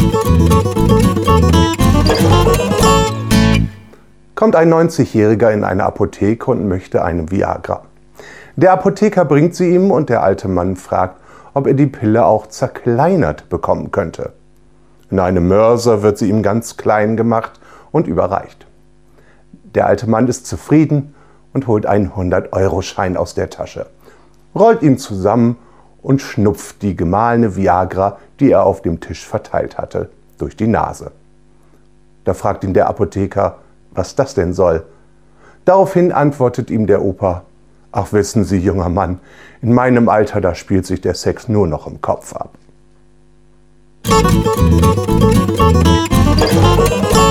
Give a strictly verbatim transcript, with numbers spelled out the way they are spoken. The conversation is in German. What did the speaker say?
Kommt ein neunzigjähriger in eine Apotheke und möchte eine Viagra. Der Apotheker bringt sie ihm und der alte Mann fragt, ob er die Pille auch zerkleinert bekommen könnte. In einem Mörser wird sie ihm ganz klein gemacht und überreicht. Der alte Mann ist zufrieden und holt einen hundert-Euro-Schein aus der Tasche, rollt ihn zusammen und schnupft die gemahlene Viagra, die er auf dem Tisch verteilt hatte, durch die Nase. Da fragt ihn der Apotheker, was das denn soll. Daraufhin antwortet ihm der Opa, ach wissen Sie, junger Mann, in meinem Alter, da spielt sich der Sex nur noch im Kopf ab.